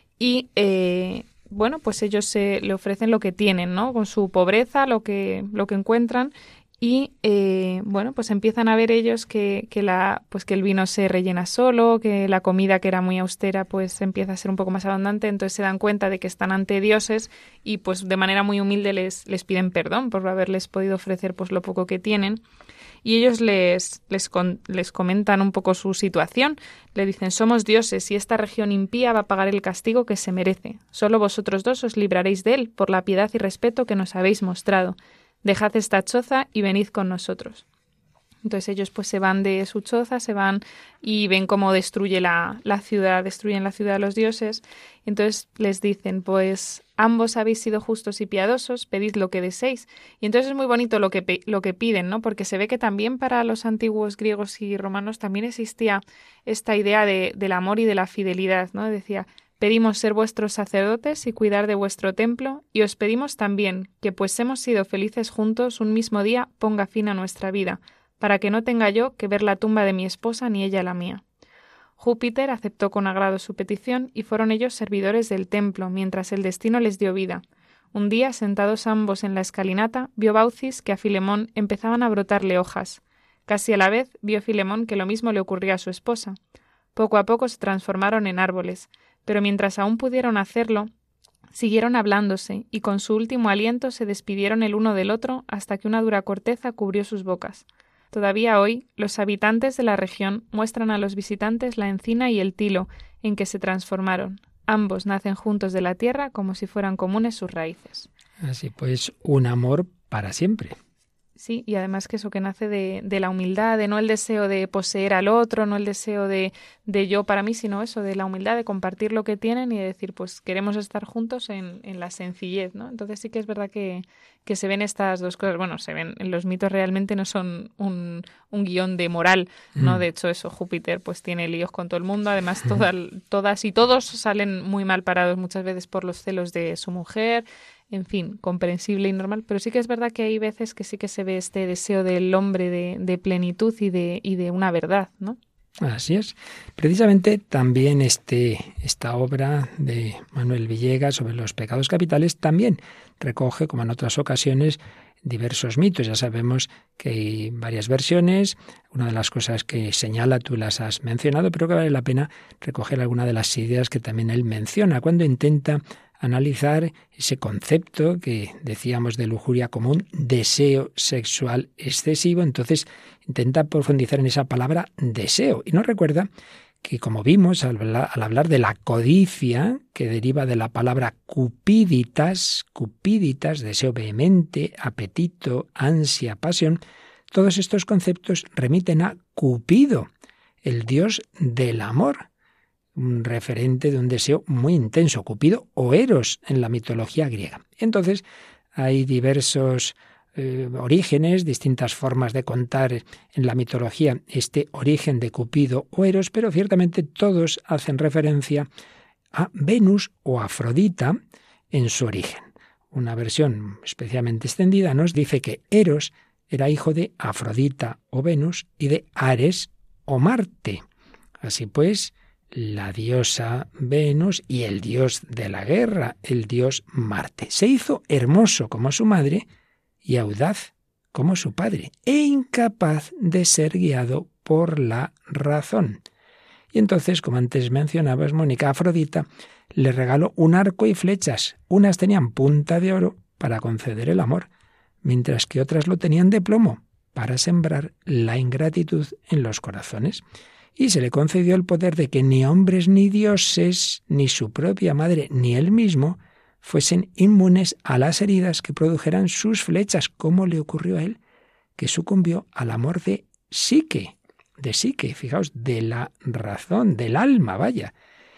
y eh, bueno, pues ellos se le ofrecen lo que tienen, ¿no? Con su pobreza, lo que, lo que encuentran y, eh, bueno, pues empiezan a ver ellos que, que, la, pues que el vino se rellena solo, que la comida que era muy austera pues empieza a ser un poco más abundante, entonces se dan cuenta de que están ante dioses y pues de manera muy humilde les, les piden perdón por haberles podido ofrecer pues lo poco que tienen. Y ellos les, les, con, les comentan un poco su situación. Le dicen, somos dioses y esta región impía va a pagar el castigo que se merece. Solo vosotros dos os libraréis de él por la piedad y respeto que nos habéis mostrado. Dejad esta choza y venid con nosotros. Entonces ellos pues se van de su choza, se van y ven cómo destruye la, la ciudad, destruyen la ciudad de los dioses. Entonces les dicen, pues ambos habéis sido justos y piadosos, pedid lo que deseéis. Y entonces es muy bonito lo que, lo que piden, ¿no? Porque se ve que también para los antiguos griegos y romanos también existía esta idea de, del amor y de la fidelidad, ¿no? Decía, pedimos ser vuestros sacerdotes y cuidar de vuestro templo, y os pedimos también que, pues hemos sido felices juntos, un mismo día ponga fin a nuestra vida, para que no tenga yo que ver la tumba de mi esposa ni ella la mía. Júpiter aceptó con agrado su petición y fueron ellos servidores del templo, mientras el destino les dio vida. Un día, sentados ambos en la escalinata, vio Baucis que a Filemón empezaban a brotarle hojas. Casi a la vez vio Filemón que lo mismo le ocurría a su esposa. Poco a poco se transformaron en árboles, pero mientras aún pudieron hacerlo, siguieron hablándose y con su último aliento se despidieron el uno del otro hasta que una dura corteza cubrió sus bocas. Todavía hoy, los habitantes de la región muestran a los visitantes la encina y el tilo en que se transformaron. Ambos nacen juntos de la tierra como si fueran comunes sus raíces. Así pues, un amor para siempre. Sí, y además que eso que nace de, de la humildad, de no el deseo de poseer al otro, no el deseo de, de yo para mí, sino eso, de la humildad, de compartir lo que tienen y de decir, pues queremos estar juntos en, en la sencillez, ¿no? Entonces sí que es verdad que, que se ven estas dos cosas. Bueno, se ven, los mitos realmente no son un, un guión de moral, ¿no? Mm. De hecho, eso, Júpiter pues tiene líos con todo el mundo, además toda, todas y todos salen muy mal parados muchas veces por los celos de su mujer. En fin, comprensible y normal, pero sí que es verdad que hay veces que sí que se ve este deseo del hombre de, de plenitud y de, y de una verdad, ¿no? Así es. Precisamente también este, esta obra de Manuel Villegas sobre los pecados capitales también recoge, como en otras ocasiones, diversos mitos. Ya sabemos que hay varias versiones. Una de las cosas que señala, tú las has mencionado, pero que vale la pena recoger alguna de las ideas que también él menciona cuando intenta analizar ese concepto que decíamos de lujuria como un deseo sexual excesivo. Entonces intenta profundizar en esa palabra deseo y nos recuerda que, como vimos al hablar, al hablar de la codicia, que deriva de la palabra cupiditas, cupiditas, deseo vehemente, apetito, ansia, pasión, todos estos conceptos remiten a Cupido, el dios del amor, un referente de un deseo muy intenso, Cupido o Eros en la mitología griega. Entonces hay diversos eh, orígenes, distintas formas de contar en la mitología este origen de Cupido o Eros, pero ciertamente todos hacen referencia a Venus o Afrodita en su origen. Una versión especialmente extendida nos dice que Eros era hijo de Afrodita o Venus y de Ares o Marte. Así pues, la diosa Venus y el dios de la guerra, el dios Marte. Se hizo hermoso como su madre y audaz como su padre, e incapaz de ser guiado por la razón. Y entonces, como antes mencionabas, Mónica, Afrodita le regaló un arco y flechas. Unas tenían punta de oro para conceder el amor, mientras que otras lo tenían de plomo para sembrar la ingratitud en los corazones. Y se le concedió el poder de que ni hombres ni dioses, ni su propia madre, ni él mismo, fuesen inmunes a las heridas que produjeran sus flechas, como le ocurrió a él, que sucumbió al amor de Psique, de Psique, fijaos, de la razón, del alma, vaya,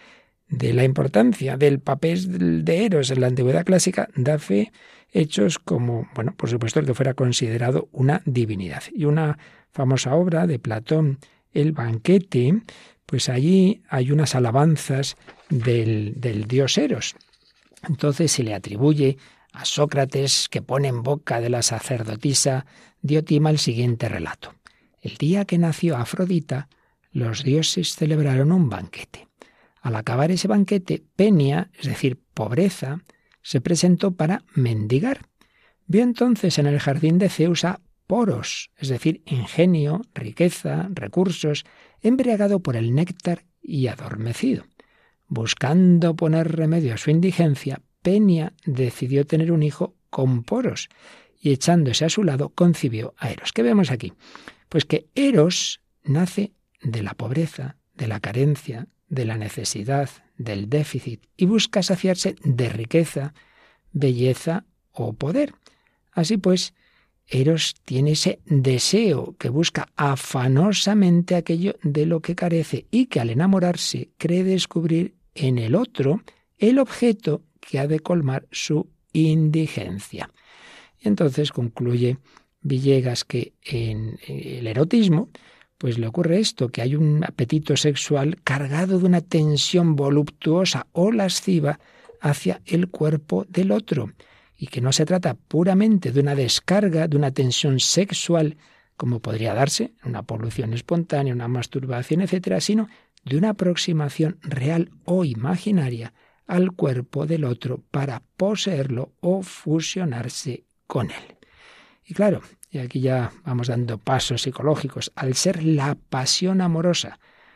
de la importancia del papel de Eros en la antigüedad clásica, da fe hechos como, bueno, por supuesto, el que fuera considerado una divinidad. Y una famosa obra de Platón, El banquete, pues allí hay unas alabanzas del, del dios Eros. Entonces se le atribuye a Sócrates, que pone en boca de la sacerdotisa Diotima el siguiente relato. El día que nació Afrodita, los dioses celebraron un banquete. Al acabar ese banquete, Penia, es decir, pobreza, se presentó para mendigar. Vio entonces en el jardín de Zeus a Poros, es decir, ingenio, riqueza, recursos, embriagado por el néctar y adormecido. Buscando poner remedio a su indigencia, Penia decidió tener un hijo con Poros y, echándose a su lado, concibió a Eros. ¿Qué vemos aquí? Pues que Eros nace de la pobreza, de la carencia, de la necesidad, del déficit, y busca saciarse de riqueza, belleza o poder. Así pues, Eros tiene ese deseo que busca afanosamente aquello de lo que carece y que al enamorarse cree descubrir en el otro el objeto que ha de colmar su indigencia. Y entonces concluye Villegas que en el erotismo pues le ocurre esto, que hay un apetito sexual cargado de una tensión voluptuosa o lasciva hacia el cuerpo del otro, y que no se trata puramente de una descarga, de una tensión sexual, como podría darse una polución espontánea, una masturbación, etcétera, sino de una aproximación real o imaginaria al cuerpo del otro para poseerlo o fusionarse con él. Y claro, y aquí ya vamos dando pasos psicológicos, al ser la pasión amorosa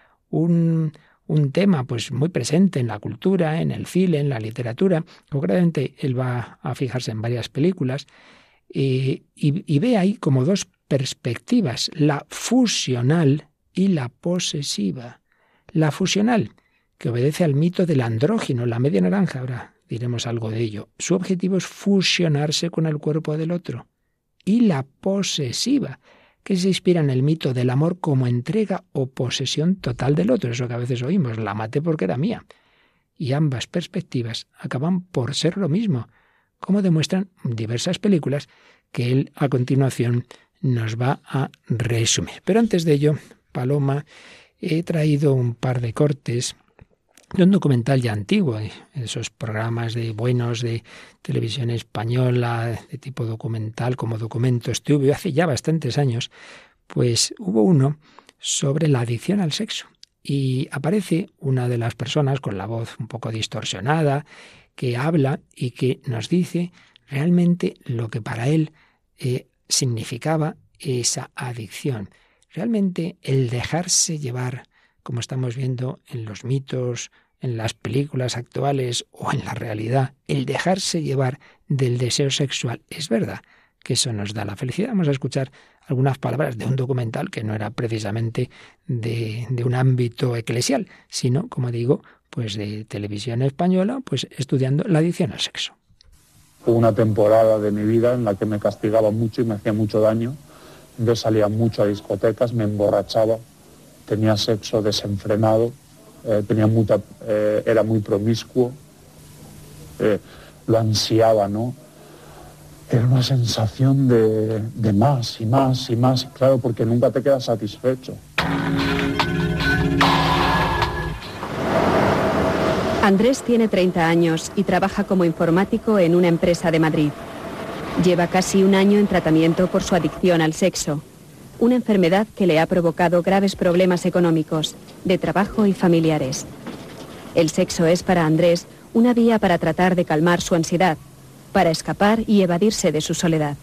un, un tema pues muy presente en la cultura, en el cine, en la literatura, concretamente él va a fijarse en varias películas, eh, y, y ve ahí como dos perspectivas, la fusional y la posesiva. La fusional, que obedece al mito del andrógino, la media naranja, ahora diremos algo de ello. Su objetivo es fusionarse con el cuerpo del otro. Y la posesiva, que se inspira en el mito del amor como entrega o posesión total del otro. Eso que a veces oímos, la maté porque era mía. Y ambas perspectivas acaban por ser lo mismo, como demuestran diversas películas que él a continuación nos va a resumir. Pero antes de ello, Paloma, he traído un par de cortes de un documental ya antiguo, esos programas de buenos de televisión española, de tipo documental, como Documento Estudio, hace ya bastantes años, pues hubo uno sobre la adicción al sexo. Y aparece una de las personas con la voz un poco distorsionada, que habla y que nos dice realmente lo que para él eh, significaba esa adicción. Realmente el dejarse llevar, como estamos viendo en los mitos, en las películas actuales o en la realidad, el dejarse llevar del deseo sexual, es verdad que eso nos da la felicidad. Vamos a escuchar algunas palabras de un documental que no era precisamente de, de un ámbito eclesial, sino, como digo, pues de televisión española, pues estudiando la adicción al sexo. Hubo una temporada de mi vida en la que me castigaba mucho y me hacía mucho daño. Yo salía mucho a discotecas, me emborrachaba, tenía sexo desenfrenado, eh, tenía mucha, eh, era muy promiscuo, eh, lo ansiaba, ¿no? Era una sensación de, de más y más y más, claro, porque nunca te quedas satisfecho. Andrés tiene treinta años y trabaja como informático en una empresa de Madrid. Lleva casi un año en tratamiento por su adicción al sexo, una enfermedad que le ha provocado graves problemas económicos, de trabajo y familiares. El sexo es para Andrés una vía para tratar de calmar su ansiedad, para escapar y evadirse de su soledad.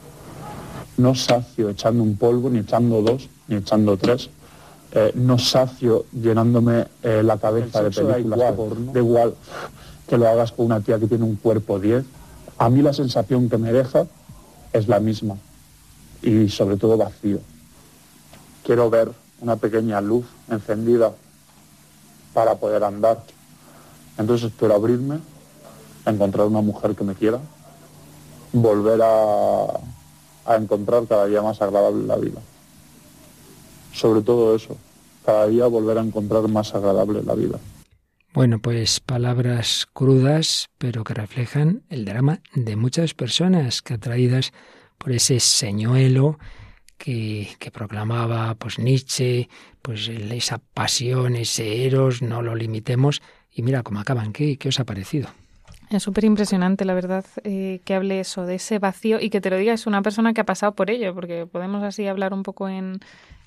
No sacio echando un polvo, ni echando dos, ni echando tres. Eh, no sacio llenándome eh, la cabeza de películas da igual, da igual que lo hagas con una tía que tiene un cuerpo diez. A mí la sensación que me deja es la misma y sobre todo vacío. Quiero ver una pequeña luz encendida para poder andar. Entonces espero abrirme, encontrar una mujer que me quiera, volver a, a encontrar cada día más agradable la vida. Sobre todo eso, cada día volver a encontrar más agradable la vida. Bueno, pues palabras crudas, pero que reflejan el drama de muchas personas que, atraídas por ese señuelo que, que proclamaba pues Nietzsche, pues esa pasión, ese eros, no lo limitemos, y mira cómo acaban. ¿Qué, qué os ha parecido? Es súper impresionante, la verdad, eh, que hable eso, de ese vacío, y que te lo diga es una persona que ha pasado por ello, porque podemos así hablar un poco en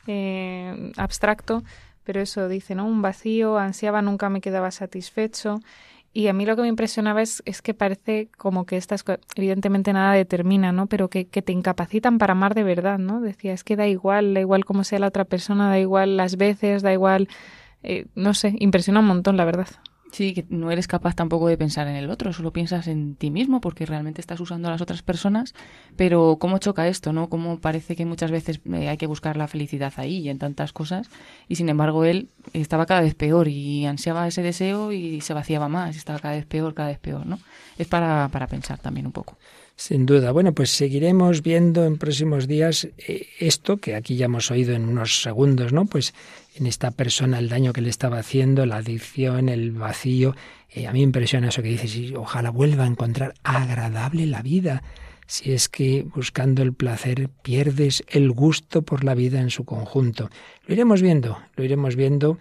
eh, abstracto, pero eso dice, ¿no? Un vacío, ansiaba, nunca me quedaba satisfecho. Y a mí lo que me impresionaba es, es que parece como que estas cosas, evidentemente nada determina, ¿no? Pero que, que te incapacitan para amar de verdad, ¿no? Decía, es que da igual, da igual cómo sea la otra persona, da igual las veces, da igual, eh, no sé, impresiona un montón, la verdad. Sí, que no eres capaz tampoco de pensar en el otro, solo piensas en ti mismo porque realmente estás usando a las otras personas, pero cómo choca esto, ¿no? Cómo parece que muchas veces eh, hay que buscar la felicidad ahí y en tantas cosas, y sin embargo él estaba cada vez peor y ansiaba ese deseo y se vaciaba más, estaba cada vez peor, cada vez peor, ¿no? Es para, para pensar también un poco. Sin duda. Bueno, pues seguiremos viendo en próximos días eh, esto que aquí ya hemos oído en unos segundos, ¿no? Pues en esta persona el daño que le estaba haciendo, la adicción, el vacío. Eh, a mí me impresiona eso que dices, y ojalá vuelva a encontrar agradable la vida. Si es que buscando el placer pierdes el gusto por la vida en su conjunto. Lo iremos viendo, lo iremos viendo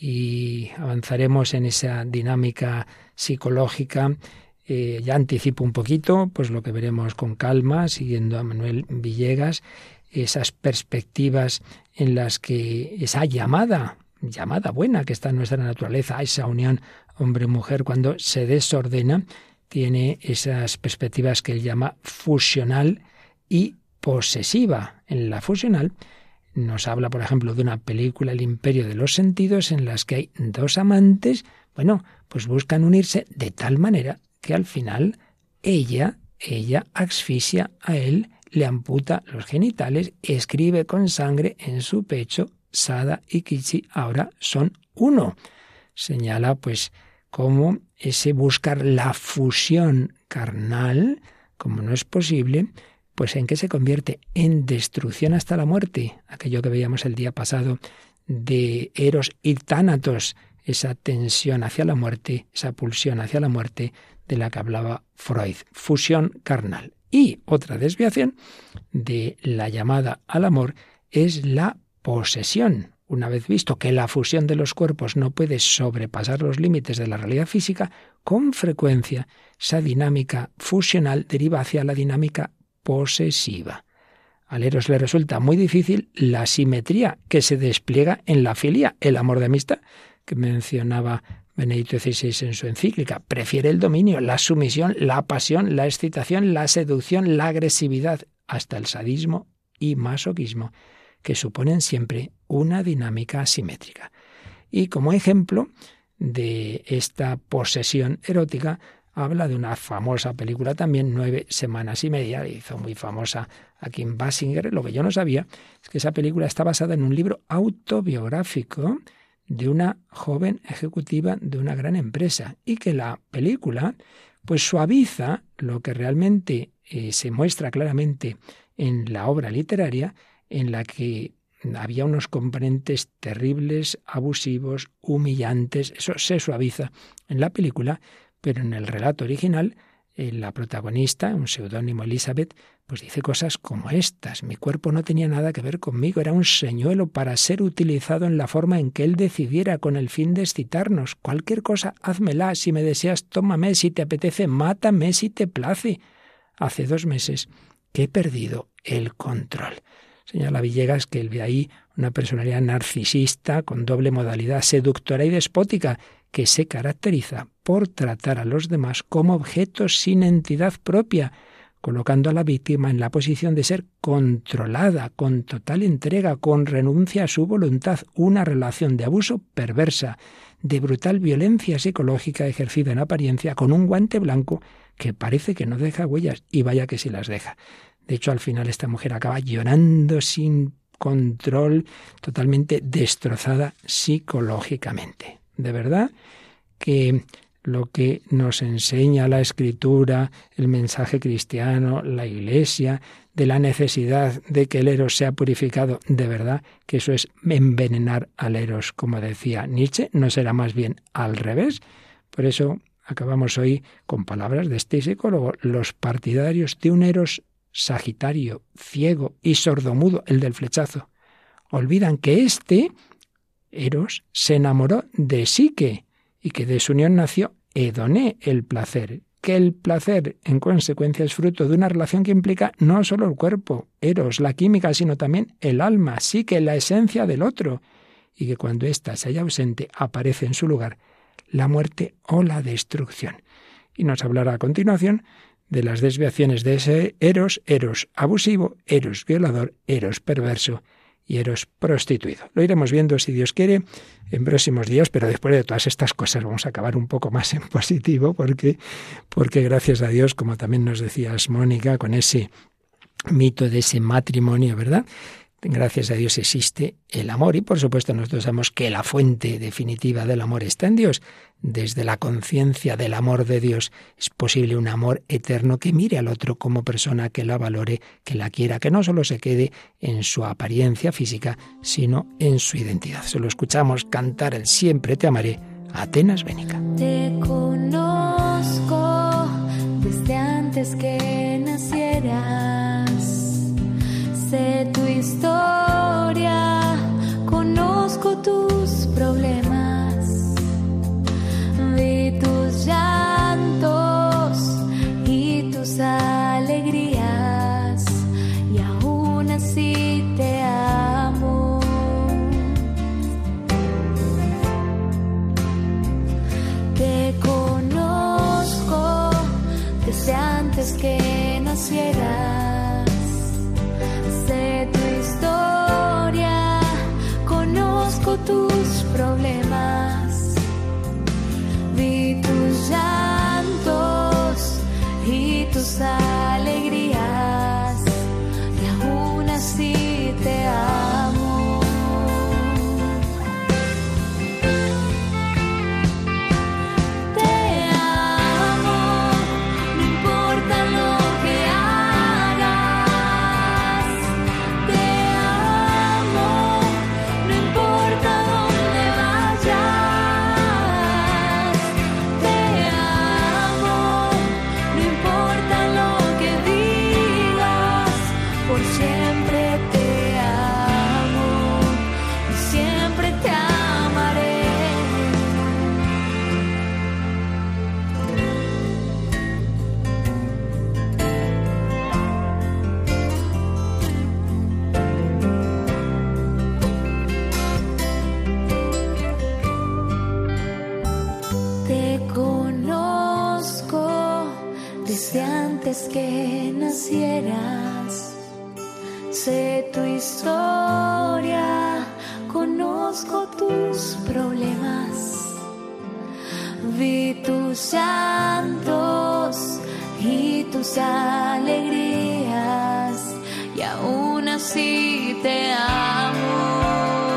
y avanzaremos en esa dinámica psicológica. Eh, ya anticipo un poquito pues lo que veremos con calma, siguiendo a Manuel Villegas, esas perspectivas en las que esa llamada, llamada buena que está en nuestra naturaleza, a esa unión hombre-mujer cuando se desordena, tiene esas perspectivas que él llama fusional y posesiva. En la fusional nos habla, por ejemplo, de una película, El imperio de los sentidos, en las que hay dos amantes, bueno, pues buscan unirse de tal manera que al final ella, ella asfixia a él, le amputa los genitales, escribe con sangre en su pecho, Sada y Kichi ahora son uno. Señala pues cómo ese buscar la fusión carnal, como no es posible, pues en qué se convierte en destrucción hasta la muerte, aquello que veíamos el día pasado de Eros y Tánatos, esa tensión hacia la muerte, esa pulsión hacia la muerte de la que hablaba Freud, fusión carnal. Y otra desviación de la llamada al amor es la posesión. Una vez visto que la fusión de los cuerpos no puede sobrepasar los límites de la realidad física, con frecuencia esa dinámica fusional deriva hacia la dinámica posesiva. Al Eros le resulta muy difícil la simetría que se despliega en la filia, el amor de amistad, que mencionaba Benedicto dieciséis en su encíclica. Prefiere el dominio, la sumisión, la pasión, la excitación, la seducción, la agresividad, hasta el sadismo y masoquismo, que suponen siempre una dinámica asimétrica. Y como ejemplo de esta posesión erótica, habla de una famosa película también, Nueve semanas y media, hizo muy famosa a Kim Basinger. Lo que yo no sabía es que esa película está basada en un libro autobiográfico de una joven ejecutiva de una gran empresa, y que la película pues suaviza lo que realmente eh, se muestra claramente en la obra literaria, en la que había unos componentes terribles, abusivos, humillantes. Eso se suaviza en la película, pero en el relato original eh, la protagonista, un seudónimo Elizabeth, pues dice cosas como estas: mi cuerpo no tenía nada que ver conmigo, era un señuelo para ser utilizado en la forma en que él decidiera con el fin de excitarnos. Cualquier cosa, házmela, si me deseas, tómame, si te apetece, mátame, si te place. hace dos meses que he perdido el control. Señala Villegas que él ve ahí una personalidad narcisista con doble modalidad, seductora y despótica, que se caracteriza por tratar a los demás como objetos sin entidad propia, colocando a la víctima en la posición de ser controlada, con total entrega, con renuncia a su voluntad, una relación de abuso perversa, de brutal violencia psicológica ejercida en apariencia con un guante blanco que parece que no deja huellas, y vaya que sí las deja. De hecho, al final esta mujer acaba llorando sin control, totalmente destrozada psicológicamente. De verdad que lo que nos enseña la Escritura, el mensaje cristiano, la Iglesia, de la necesidad de que el eros sea purificado, de verdad que eso es envenenar al eros, como decía Nietzsche, ¿no será más bien al revés? Por eso acabamos hoy con palabras de este psicólogo: los partidarios de un eros sagitario, ciego y sordomudo, el del flechazo, olvidan que este eros se enamoró de Psique y que de su unión nació Edoné, el placer, que el placer en consecuencia es fruto de una relación que implica no solo el cuerpo, eros, la química, sino también el alma, Psique, la esencia del otro, y que cuando ésta se halla ausente aparece en su lugar la muerte o la destrucción. Y nos hablará a continuación de las desviaciones de ese eros, eros abusivo, eros violador, eros perverso y eros prostituido. Lo iremos viendo, si Dios quiere, en próximos días, pero después de todas estas cosas vamos a acabar un poco más en positivo, porque, porque gracias a Dios, como también nos decías, Mónica, con ese mito de ese matrimonio, ¿verdad? Gracias a Dios existe el amor, y por supuesto nosotros sabemos que la fuente definitiva del amor está en Dios. Desde la conciencia del amor de Dios es posible un amor eterno que mire al otro como persona, que la valore, que la quiera, que no solo se quede en su apariencia física, sino en su identidad. Se lo escuchamos cantar el Siempre te amaré a Atenas Bénica. Te conozco desde antes que nacieras. Sé tu historia, conozco tus problemas, vi tus llantos y tus alegrías, y aún así te amo. Te conozco desde antes que nacieras. Sé tu historia, conozco tus problemas, vi tus llantos y tus alegrías, y aún así te amo. Te amo, no importa lo que hagas. Te amo, no importa dónde vayas. Te amo, no importa lo que digas. Por siempre te amo y siempre te amaré. Te conozco desde antes que nacieras. Sé tu historia, conozco tus problemas, vi tus llantos y tus alegrías, y aún así te amo.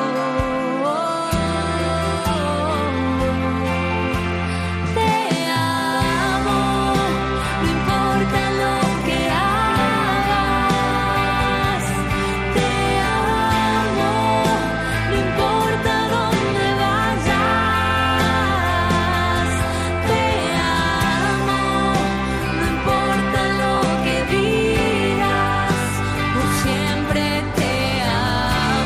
Te amo, no importa lo que hagas. Te amo, no importa dónde vayas. Te amo, no importa lo que digas. Por siempre te amo.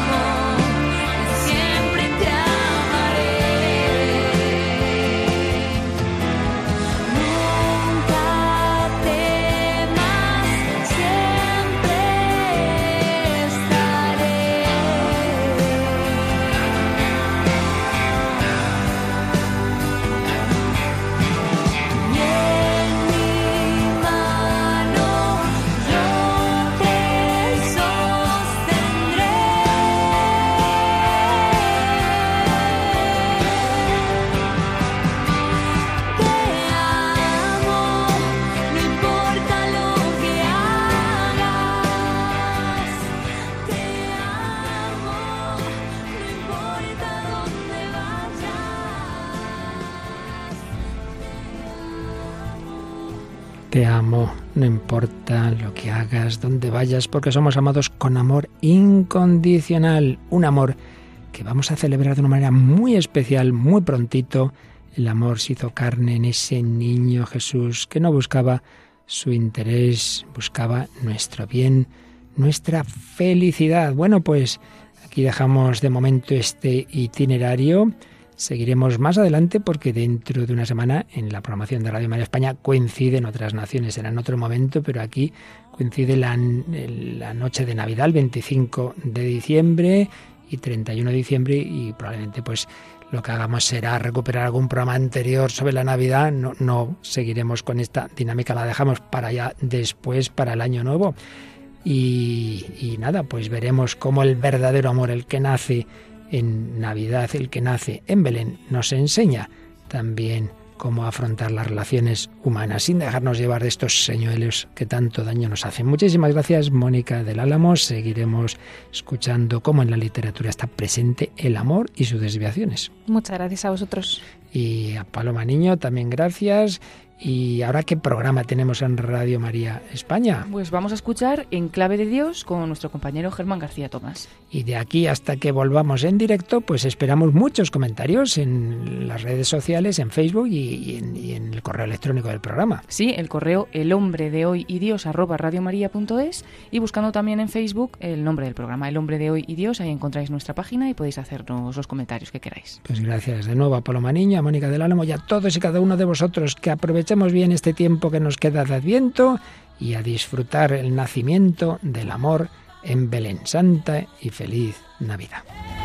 Te amo, no importa lo que hagas, dónde vayas, porque somos amados con amor incondicional, un amor que vamos a celebrar de una manera muy especial, muy prontito. El amor se hizo carne en ese niño Jesús que no buscaba su interés, buscaba nuestro bien, nuestra felicidad. Bueno, pues aquí dejamos de momento este itinerario. Seguiremos más adelante porque dentro de una semana en la programación de Radio María España coincide, en otras naciones será en otro momento, pero aquí coincide la, la noche de Navidad, el veinticinco de diciembre y treinta y uno de diciembre, y probablemente pues lo que hagamos será recuperar algún programa anterior sobre la Navidad. No, no seguiremos con esta dinámica, la dejamos para ya después, para el año nuevo. Y, y nada, pues veremos cómo el verdadero amor, el que nace en Navidad, el que nace en Belén, nos enseña también cómo afrontar las relaciones humanas sin dejarnos llevar de estos señuelos que tanto daño nos hacen. Muchísimas gracias, Mónica del Álamo. Seguiremos escuchando cómo en la literatura está presente el amor y sus desviaciones. Muchas gracias a vosotros. Y a Paloma Niño también gracias. ¿Y ahora qué programa tenemos en Radio María España? Pues vamos a escuchar En Clave de Dios con nuestro compañero Germán García Tomás. Y de aquí hasta que volvamos en directo, pues esperamos muchos comentarios en las redes sociales, en Facebook y, y, en, y en el correo electrónico del programa. Sí, el correo el hombre de hoy y Dios arroba radiomaria punto es, y buscando también en Facebook el nombre del programa, El Hombre de Hoy y Dios, ahí encontráis nuestra página y podéis hacernos los comentarios que queráis. Pues gracias de nuevo a Paloma Niño, a Mónica del Álamo y a todos y cada uno de vosotros, que aprovechemos bien este tiempo que nos queda de Adviento y a disfrutar el nacimiento del amor en Belén. Santa y feliz Navidad.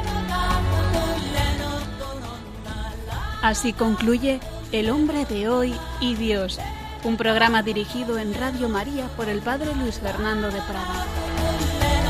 Así concluye El Hombre de Hoy y Dios, un programa dirigido en Radio María por el Padre Luis Fernando de Prada.